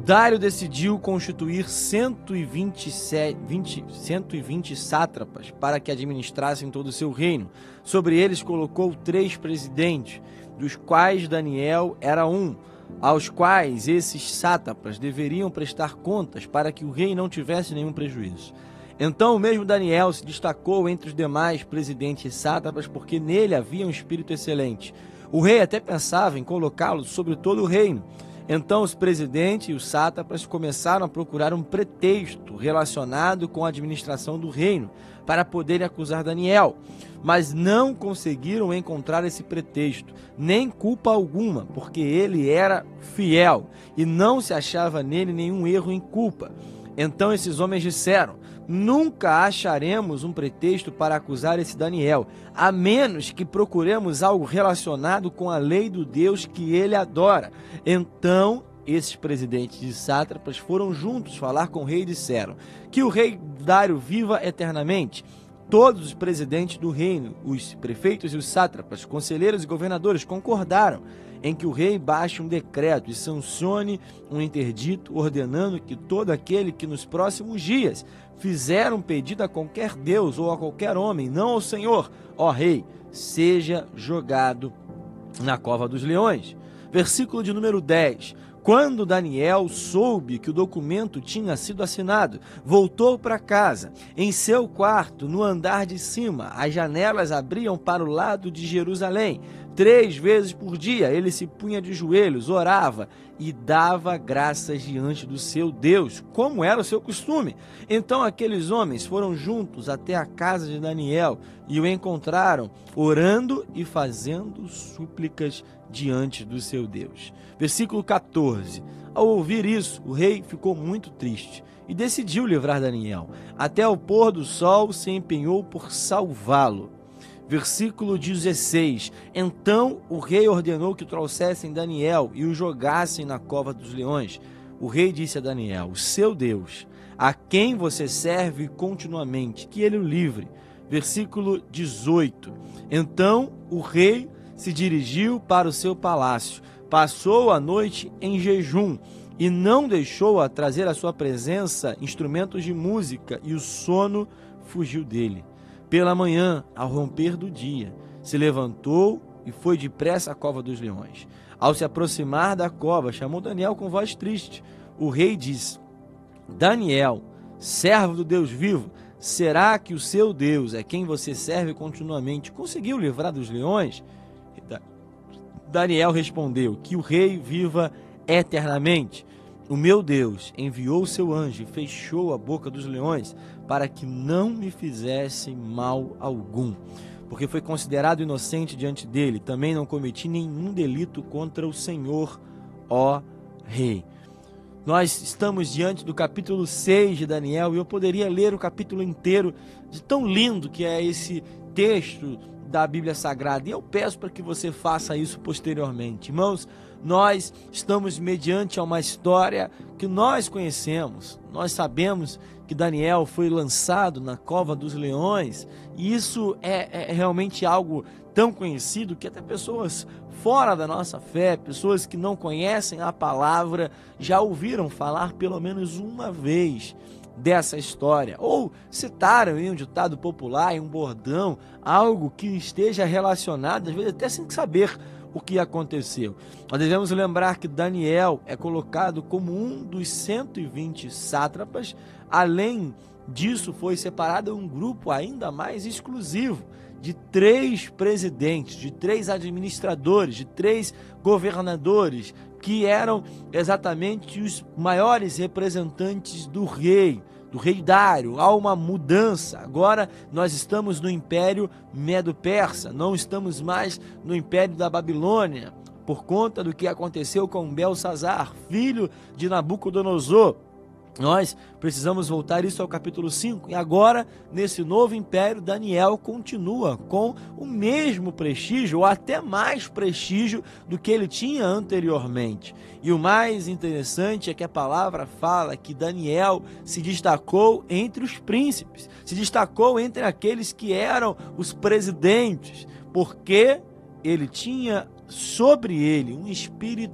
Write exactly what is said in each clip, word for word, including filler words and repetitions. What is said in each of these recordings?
Dário decidiu constituir cento e vinte, cento e vinte sátrapas para que administrassem todo o seu reino. Sobre eles colocou três presidentes, dos quais Daniel era um, aos quais esses sátrapas deveriam prestar contas para que o rei não tivesse nenhum prejuízo. Então o mesmo Daniel se destacou entre os demais presidentes e sátrapas porque nele havia um espírito excelente. O rei até pensava em colocá-lo sobre todo o reino. Então os presidentes e os sátrapas começaram a procurar um pretexto relacionado com a administração do reino para poderem acusar Daniel, mas não conseguiram encontrar esse pretexto, nem culpa alguma, porque ele era fiel e não se achava nele nenhum erro em culpa. Então esses homens disseram: nunca acharemos um pretexto para acusar esse Daniel, a menos que procuremos algo relacionado com a lei do Deus que ele adora. Então, esses presidentes de sátrapas foram juntos falar com o rei e disseram: que o rei Dário viva eternamente. Todos os presidentes do reino, os prefeitos e os sátrapas, conselheiros e governadores concordaram em que o rei baixe um decreto e sancione um interdito ordenando que todo aquele que nos próximos dias fizer um pedido a qualquer deus ou a qualquer homem, não ao Senhor, ó rei, seja jogado na cova dos leões. Versículo de número dez. Quando Daniel soube que o documento tinha sido assinado, voltou para casa. Em seu quarto, no andar de cima, as janelas abriam para o lado de Jerusalém. Três vezes por dia ele se punha de joelhos, orava e dava graças diante do seu Deus, como era o seu costume. Então aqueles homens foram juntos até a casa de Daniel e o encontraram orando e fazendo súplicas diante do seu Deus. Versículo quatorze. Ao ouvir isso, o rei ficou muito triste e decidiu livrar Daniel. Até o pôr do sol se empenhou por salvá-lo. Versículo dezesseis. Então o rei ordenou que trouxessem Daniel e o jogassem na cova dos leões. O rei disse a Daniel: o seu Deus, a quem você serve continuamente, que ele o livre. Versículo dezoito. Então o rei se dirigiu para o seu palácio, passou a noite em jejum e não deixou-a trazer à sua presença instrumentos de música, e o sono fugiu dele. Pela manhã, ao romper do dia, se levantou e foi depressa à cova dos leões. Ao se aproximar da cova, chamou Daniel com voz triste. O rei disse: Daniel, servo do Deus vivo, será que o seu Deus, é quem você serve continuamente, conseguiu livrar dos leões? Daniel respondeu: que o rei viva eternamente. O meu Deus enviou o seu anjo e fechou a boca dos leões para que não me fizessem mal algum, porque foi considerado inocente diante dele. Também não cometi nenhum delito contra o Senhor, ó rei. Nós estamos diante do capítulo seis de Daniel e eu poderia ler o capítulo inteiro, de tão lindo que é esse texto da Bíblia Sagrada, e eu peço para que você faça isso posteriormente. Irmãos, nós estamos mediante a uma história que nós conhecemos. Nós sabemos que Daniel foi lançado na cova dos leões, e isso é, é realmente algo tão conhecido que até pessoas fora da nossa fé, pessoas que não conhecem a palavra, já ouviram falar pelo menos uma vez dessa história, ou citaram em um ditado popular, em um bordão, algo que esteja relacionado, às vezes até sem saber o que aconteceu. Nós devemos lembrar que Daniel é colocado como um dos cento e vinte sátrapas. Além disso, foi separado um grupo ainda mais exclusivo de três presidentes, de três administradores, de três governadores, que eram exatamente os maiores representantes do rei, do rei Dário. Há uma mudança. Agora nós estamos no Império Medo-Persa, não estamos mais no Império da Babilônia, por conta do que aconteceu com Belsazar, filho de Nabucodonosor. Nós precisamos voltar isso ao capítulo cinco, e agora, nesse novo império, Daniel continua com o mesmo prestígio, ou até mais prestígio do que ele tinha anteriormente. E o mais interessante é que a palavra fala que Daniel se destacou entre os príncipes, se destacou entre aqueles que eram os presidentes, porque ele tinha sobre ele um espírito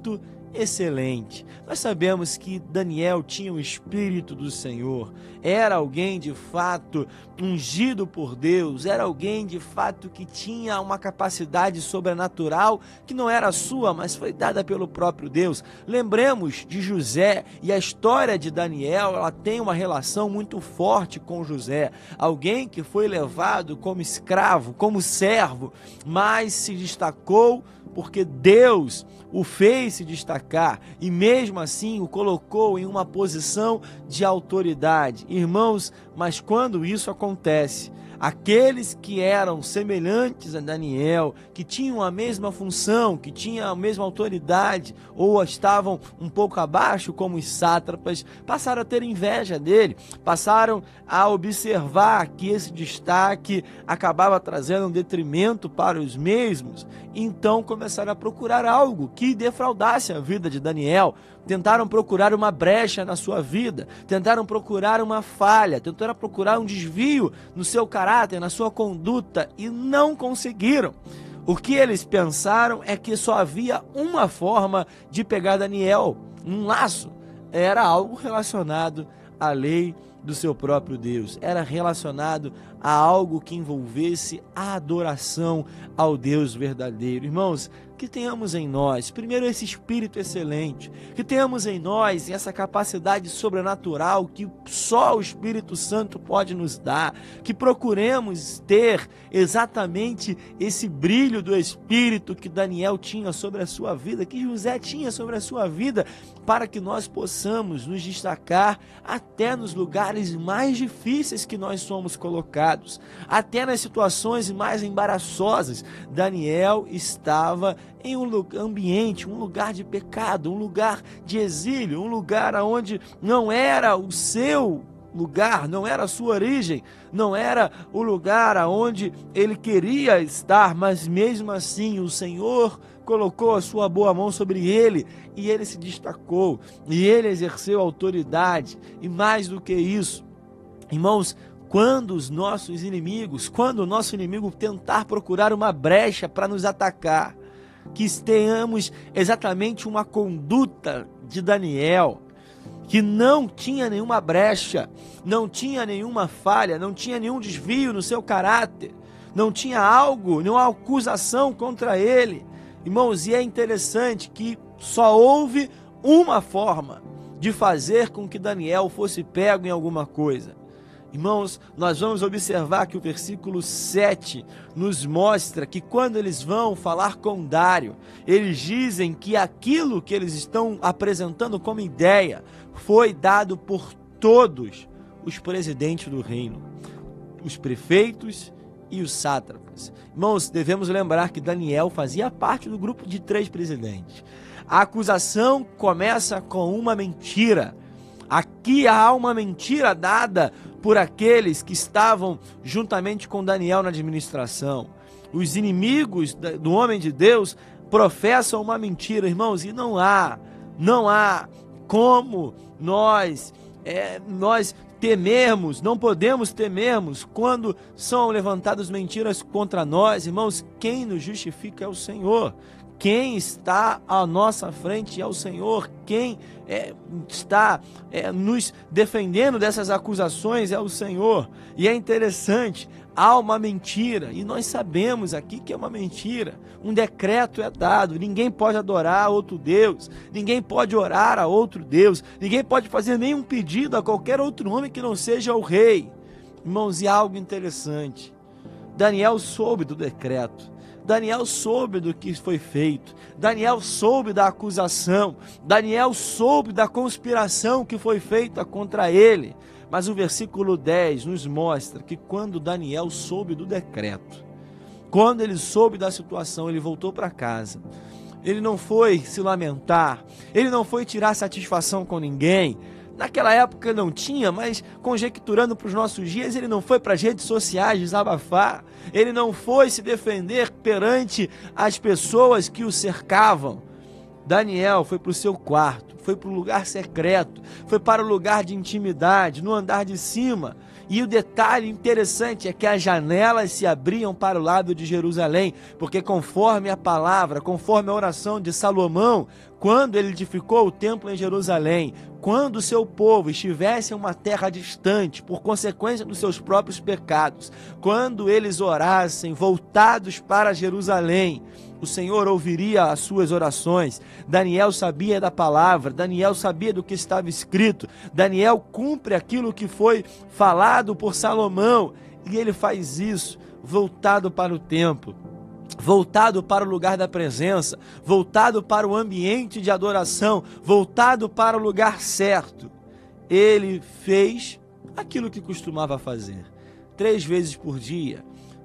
excelente. Nós sabemos que Daniel tinha o Espírito do Senhor, era alguém de fato ungido por Deus, era alguém de fato que tinha uma capacidade sobrenatural que não era sua, mas foi dada pelo próprio Deus. Lembremos de José, e a história de Daniel, ela tem uma relação muito forte com José, alguém que foi levado como escravo, como servo, mas se destacou porque Deus o fez se destacar e mesmo assim o colocou em uma posição de autoridade. Irmãos, mas quando isso acontece, aqueles que eram semelhantes a Daniel, que tinham a mesma função, que tinham a mesma autoridade, ou estavam um pouco abaixo, como os sátrapas, passaram a ter inveja dele, passaram a observar que esse destaque acabava trazendo um detrimento para os mesmos, então começaram a procurar algo que defraudasse a vida de Daniel. Tentaram procurar uma brecha na sua vida, tentaram procurar uma falha, tentaram procurar um desvio no seu caráter, na sua conduta e não conseguiram. O que eles pensaram é que só havia uma forma de pegar Daniel, um laço. Era algo relacionado à lei do seu próprio Deus, era relacionado a algo que envolvesse a adoração ao Deus verdadeiro. Irmãos, que tenhamos em nós, primeiro, esse espírito excelente, que tenhamos em nós essa capacidade sobrenatural que só o Espírito Santo pode nos dar, que procuremos ter exatamente esse brilho do Espírito que Daniel tinha sobre a sua vida, que José tinha sobre a sua vida, para que nós possamos nos destacar até nos lugares mais difíceis que nós somos colocados, até nas situações mais embaraçosas. Daniel estava em um ambiente, um lugar de pecado, um lugar de exílio, um lugar onde não era o seu lugar, não era a sua origem, não era o lugar aonde ele queria estar, mas mesmo assim o Senhor colocou a sua boa mão sobre ele e ele se destacou e ele exerceu autoridade. E mais do que isso, irmãos, quando os nossos inimigos, quando o nosso inimigo tentar procurar uma brecha para nos atacar, que tenhamos exatamente uma conduta de Daniel, que não tinha nenhuma brecha, não tinha nenhuma falha, não tinha nenhum desvio no seu caráter, não tinha algo, nenhuma acusação contra ele. Irmãos, e é interessante que só houve uma forma de fazer com que Daniel fosse pego em alguma coisa. Irmãos, nós vamos observar que o versículo sete nos mostra que quando eles vão falar com Dário, eles dizem que aquilo que eles estão apresentando como ideia foi dado por todos os presidentes do reino, os prefeitos e os sátrapas. Irmãos, devemos lembrar que Daniel fazia parte do grupo de três presidentes. A acusação começa com uma mentira. Aqui há uma mentira dada por aqueles que estavam juntamente com Daniel na administração. Os inimigos do homem de Deus professam uma mentira, irmãos, e não há, não há como nós, é, nós temermos, não podemos temermos quando são levantadas mentiras contra nós. Irmãos, quem nos justifica é o Senhor. Quem está à nossa frente é o Senhor. Quem é, está é, nos defendendo dessas acusações é o Senhor. E é interessante, há uma mentira, e nós sabemos aqui que é uma mentira. Um decreto é dado, ninguém pode adorar a outro Deus, ninguém pode orar a outro Deus, ninguém pode fazer nenhum pedido a qualquer outro homem que não seja o rei. Irmãos, e algo interessante, Daniel soube do decreto. Daniel soube do que foi feito, Daniel soube da acusação, Daniel soube da conspiração que foi feita contra ele. Mas o versículo dez nos mostra que quando Daniel soube do decreto, quando ele soube da situação, ele voltou para casa. Ele não foi se lamentar, ele não foi tirar satisfação com ninguém. Naquela época não tinha, mas conjecturando para os nossos dias, ele não foi para as redes sociais desabafar, ele não foi se defender perante as pessoas que o cercavam. Daniel foi para o seu quarto, foi para o lugar secreto, foi para o lugar de intimidade, no andar de cima. E o detalhe interessante é que as janelas se abriam para o lado de Jerusalém, porque conforme a palavra, conforme a oração de Salomão, quando ele edificou o templo em Jerusalém, quando o seu povo estivesse em uma terra distante, por consequência dos seus próprios pecados, quando eles orassem voltados para Jerusalém, o Senhor ouviria as suas orações. Daniel sabia da palavra, Daniel sabia do que estava escrito, Daniel cumpre aquilo que foi falado por Salomão, e ele faz isso voltado para o templo, voltado para o lugar da presença, voltado para o ambiente de adoração, voltado para o lugar certo. Ele fez aquilo que costumava fazer, três vezes por dia,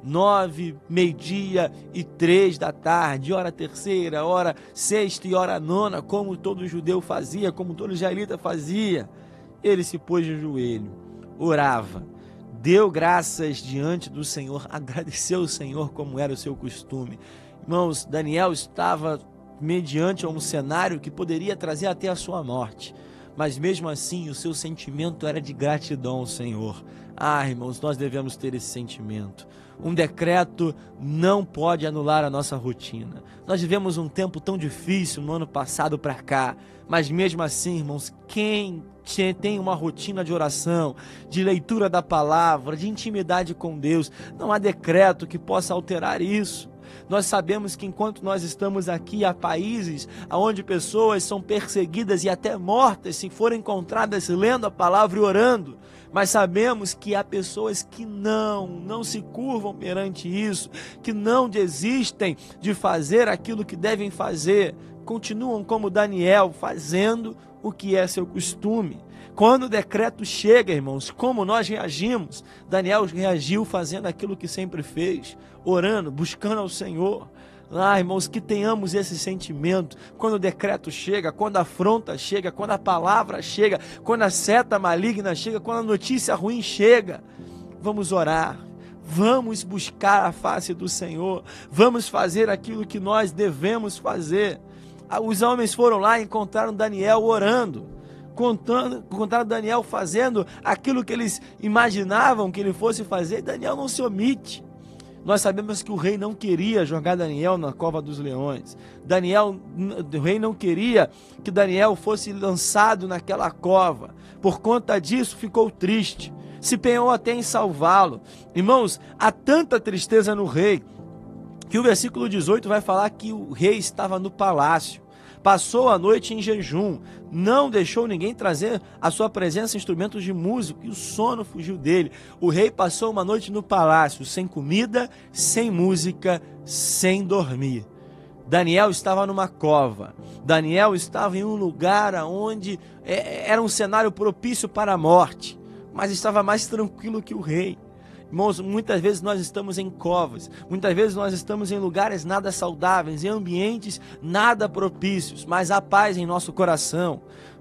nove, meio-dia e três da tarde, hora terceira, hora sexta e hora nona, como todo judeu fazia, como todo israelita fazia. Ele se pôs de joelho, orava, deu graças diante do Senhor, agradeceu o Senhor como era o seu costume. Irmãos, Daniel estava mediante a um cenário que poderia trazer até a sua morte, mas mesmo assim o seu sentimento era de gratidão ao Senhor. Ah, irmãos, nós devemos ter esse sentimento. Um decreto não pode anular a nossa rotina. Nós vivemos um tempo tão difícil no ano passado para cá, mas mesmo assim, irmãos, quem tem uma rotina de oração, de leitura da palavra, de intimidade com Deus, não há decreto que possa alterar isso. Nós sabemos que enquanto nós estamos aqui, há países onde pessoas são perseguidas e até mortas se forem encontradas lendo a palavra e orando, mas sabemos que há pessoas que não, não se curvam perante isso, que não desistem de fazer aquilo que devem fazer, continuam como Daniel, fazendo o que é seu costume. Quando o decreto chega, irmãos, como nós reagimos? Daniel reagiu fazendo aquilo que sempre fez, orando, buscando ao Senhor. Ah, irmãos, que tenhamos esse sentimento quando o decreto chega, quando a afronta chega, quando a palavra chega, quando a seta maligna chega, quando a notícia ruim chega. Vamos orar, vamos buscar a face do Senhor, vamos fazer aquilo que nós devemos fazer. Os homens foram lá e encontraram Daniel orando, contando, encontraram Daniel fazendo aquilo que eles imaginavam que ele fosse fazer. Daniel não se omite. Nós sabemos que o rei não queria jogar Daniel na cova dos leões. Daniel, o rei não queria que Daniel fosse lançado naquela cova. Por conta disso, ficou triste. Se empenhou até em salvá-lo. Irmãos, há tanta tristeza no rei, que o versículo dezoito vai falar que o rei estava no palácio. Passou a noite em jejum, não deixou ninguém trazer à sua presença instrumentos de música, e o sono fugiu dele. O rei passou uma noite no palácio, sem comida, sem música, sem dormir. Daniel estava numa cova, Daniel estava em um lugar onde era um cenário propício para a morte, mas estava mais tranquilo que o rei. Irmãos, muitas vezes nós estamos em covas, muitas vezes nós estamos em lugares nada saudáveis, em ambientes nada propícios, mas há paz em nosso coração.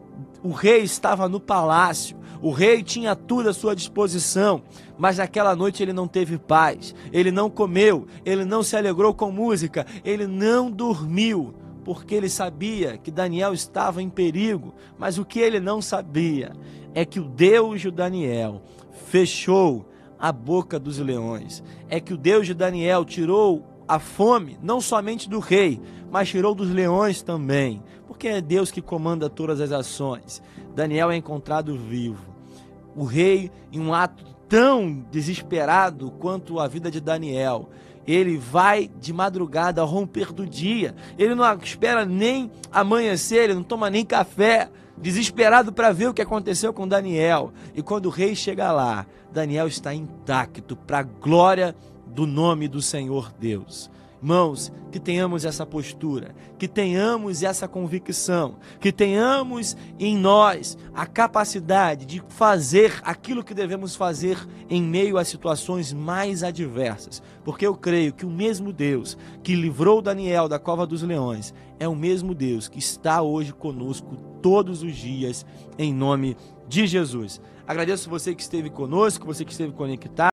O rei estava no palácio, o rei tinha tudo à sua disposição, mas naquela noite ele não teve paz, ele não comeu, ele não se alegrou com música, ele não dormiu, porque ele sabia que Daniel estava em perigo. Mas o que ele não sabia é que o Deus de Daniel fechou a boca dos leões, é que o Deus de Daniel tirou a fome, não somente do rei, mas tirou dos leões também, porque é Deus que comanda todas as ações. Daniel é encontrado vivo. O rei, em um ato tão desesperado quanto a vida de Daniel, ele vai de madrugada ao romper do dia, ele não espera nem amanhecer, ele não toma nem café, desesperado para ver o que aconteceu com Daniel. E quando o rei chega lá, Daniel está intacto, para a glória do nome do Senhor Deus. Irmãos, que tenhamos essa postura, que tenhamos essa convicção, que tenhamos em nós a capacidade de fazer aquilo que devemos fazer em meio às situações mais adversas, porque eu creio que o mesmo Deus que livrou Daniel da cova dos leões é o mesmo Deus que está hoje conosco todos os dias, em nome de Jesus. Agradeço você que esteve conosco, você que esteve conectado.